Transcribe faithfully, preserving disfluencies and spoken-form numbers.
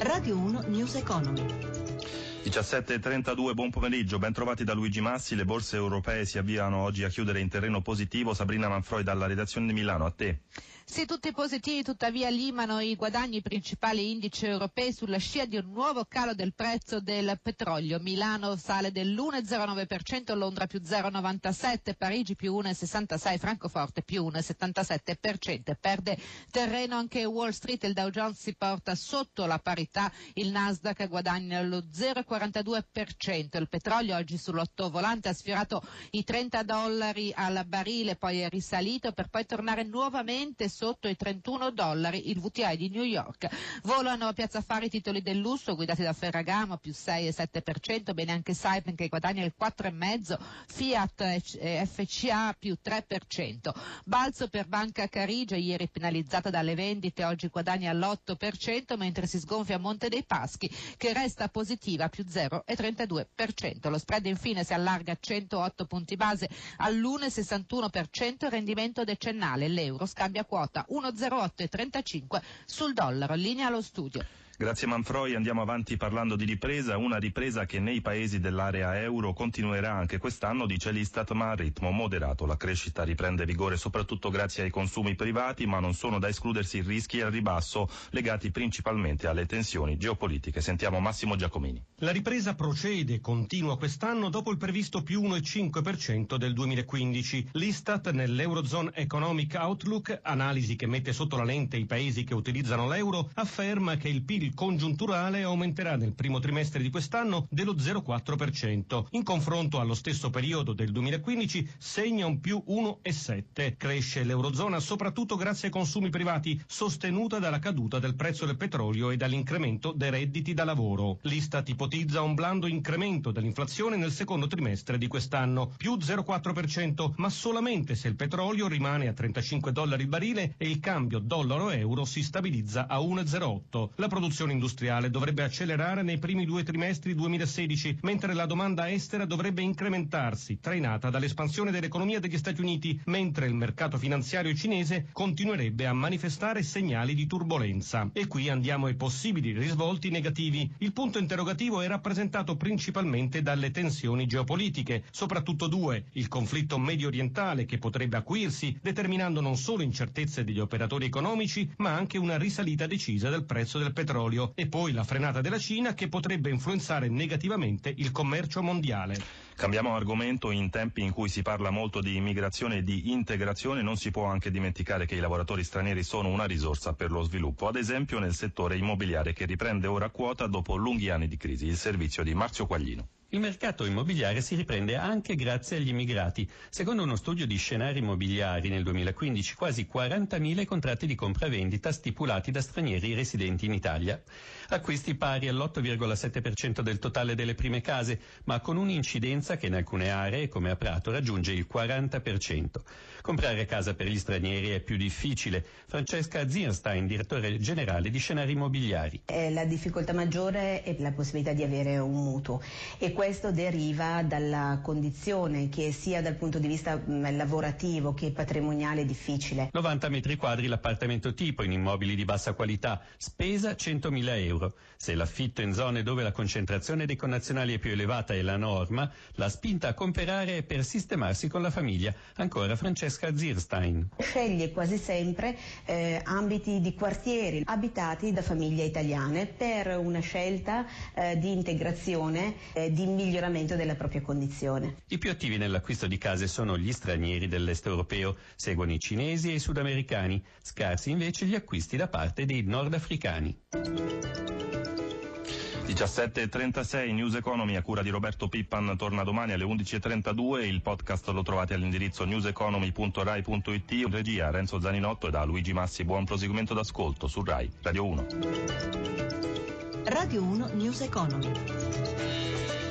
Radio uno News Economy. diciassette e trentadue, buon pomeriggio, ben trovati da Luigi Massi. Le borse europee si avviano oggi a chiudere in terreno positivo. Sabrina Manfroi dalla redazione di Milano, a te. Sì, tutti positivi, tuttavia limano i guadagni principali indici europei sulla scia di un nuovo calo del prezzo del petrolio. Milano sale dell'uno virgola zero nove per cento, Londra più zero virgola novantasette, Parigi più uno virgola sessantasei, Francoforte più uno virgola settantasette per cento. Perde terreno anche Wall Street, il Dow Jones si porta sotto la parità, il Nasdaq guadagna lo zero virgola quarantadue per cento. Il petrolio oggi sull'ottovolante ha sfiorato i trenta dollari al barile, poi è risalito per poi tornare nuovamente sotto i trentuno dollari. Il V T I di New York. Volano a Piazza Affari i titoli del lusso guidati da Ferragamo più sei virgola sette per cento, bene anche Saipem che guadagna il quattro virgola cinque per cento, Fiat e F C A più tre per cento. Balzo per Banca Carige, ieri penalizzata dalle vendite, oggi guadagna l'otto per cento, mentre si sgonfia Monte dei Paschi che resta positiva più zero virgola trentadue per cento. Lo spread infine si allarga a centootto punti base all'uno virgola sessantuno per cento, rendimento decennale, l'euro scambia quota uno virgola zero otto e trentacinque sul dollaro. Linea allo studio. Grazie Manfroi, andiamo avanti parlando di ripresa, una ripresa che nei paesi dell'area euro continuerà anche quest'anno, dice l'Istat, ma a ritmo moderato. La crescita riprende vigore soprattutto grazie ai consumi privati, ma non sono da escludersi rischi al ribasso legati principalmente alle tensioni geopolitiche. Sentiamo Massimo Giacomini. La ripresa procede, continua quest'anno dopo il previsto più uno virgola cinque per cento del duemilaquindici. L'Istat nell'Eurozone Economic Outlook, analisi che mette sotto la lente i paesi che utilizzano l'euro, afferma che il P I L congiunturale aumenterà nel primo trimestre di quest'anno dello zero virgola quattro per cento. In confronto allo stesso periodo del duemilaquindici segna un più uno virgola sette per cento. Cresce l'Eurozona soprattutto grazie ai consumi privati, sostenuta dalla caduta del prezzo del petrolio e dall'incremento dei redditi da lavoro. L'Istat ipotizza un blando incremento dell'inflazione nel secondo trimestre di quest'anno, più zero virgola quattro per cento, ma solamente se il petrolio rimane a trentacinque dollari il barile e il cambio dollaro-euro si stabilizza a uno virgola zero otto. La produzione industriale dovrebbe accelerare nei primi due trimestri duemilasedici, mentre la domanda estera dovrebbe incrementarsi, trainata dall'espansione dell'economia degli Stati Uniti, mentre il mercato finanziario cinese continuerebbe a manifestare segnali di turbolenza. E qui andiamo ai possibili risvolti negativi. Il punto interrogativo è rappresentato principalmente dalle tensioni geopolitiche, soprattutto due: il conflitto medio orientale che potrebbe acuirsi, determinando non solo incertezze degli operatori economici, ma anche una risalita decisa del prezzo del petrolio, e poi la frenata della Cina che potrebbe influenzare negativamente il commercio mondiale. Cambiamo argomento. In tempi in cui si parla molto di immigrazione e di integrazione, non si può anche dimenticare che i lavoratori stranieri sono una risorsa per lo sviluppo, ad esempio nel settore immobiliare che riprende ora quota dopo lunghi anni di crisi. Il servizio di Marzio Quaglino. Il mercato immobiliare si riprende anche grazie agli immigrati. Secondo uno studio di Scenari Immobiliari nel duemilaquindici, quasi quarantamila i contratti di compravendita stipulati da stranieri residenti in Italia. Acquisti pari all'otto virgola sette per cento del totale delle prime case, ma con un'incidenza che in alcune aree, come a Prato, raggiunge il quaranta per cento. Comprare casa per gli stranieri è più difficile. Francesca Zierstein, direttore generale di Scenari Immobiliari. Eh, la difficoltà maggiore è la possibilità di avere un mutuo, e questo deriva dalla condizione che sia dal punto di vista mh, lavorativo che patrimoniale difficile. novanta metri quadri l'appartamento tipo in immobili di bassa qualità, spesa centomila euro. Se l'affitto in zone dove la concentrazione dei connazionali è più elevata è la norma, la spinta a comprare è per sistemarsi con la famiglia. Ancora Francesca Zierstein. Sceglie quasi sempre eh, ambiti di quartieri abitati da famiglie italiane per una scelta eh, di integrazione, eh, di miglioramento della propria condizione. I più attivi nell'acquisto di case sono gli stranieri dell'est europeo, seguono i cinesi e i sudamericani, scarsi invece gli acquisti da parte dei nordafricani. diciassette e trentasei, News Economy a cura di Roberto Pippan torna domani alle undici e trentadue. Il podcast lo trovate all'indirizzo newseconomy punto rai punto it. In regia Renzo Zaninotto e da Luigi Massi buon proseguimento d'ascolto su Rai Radio uno. Radio uno News Economy.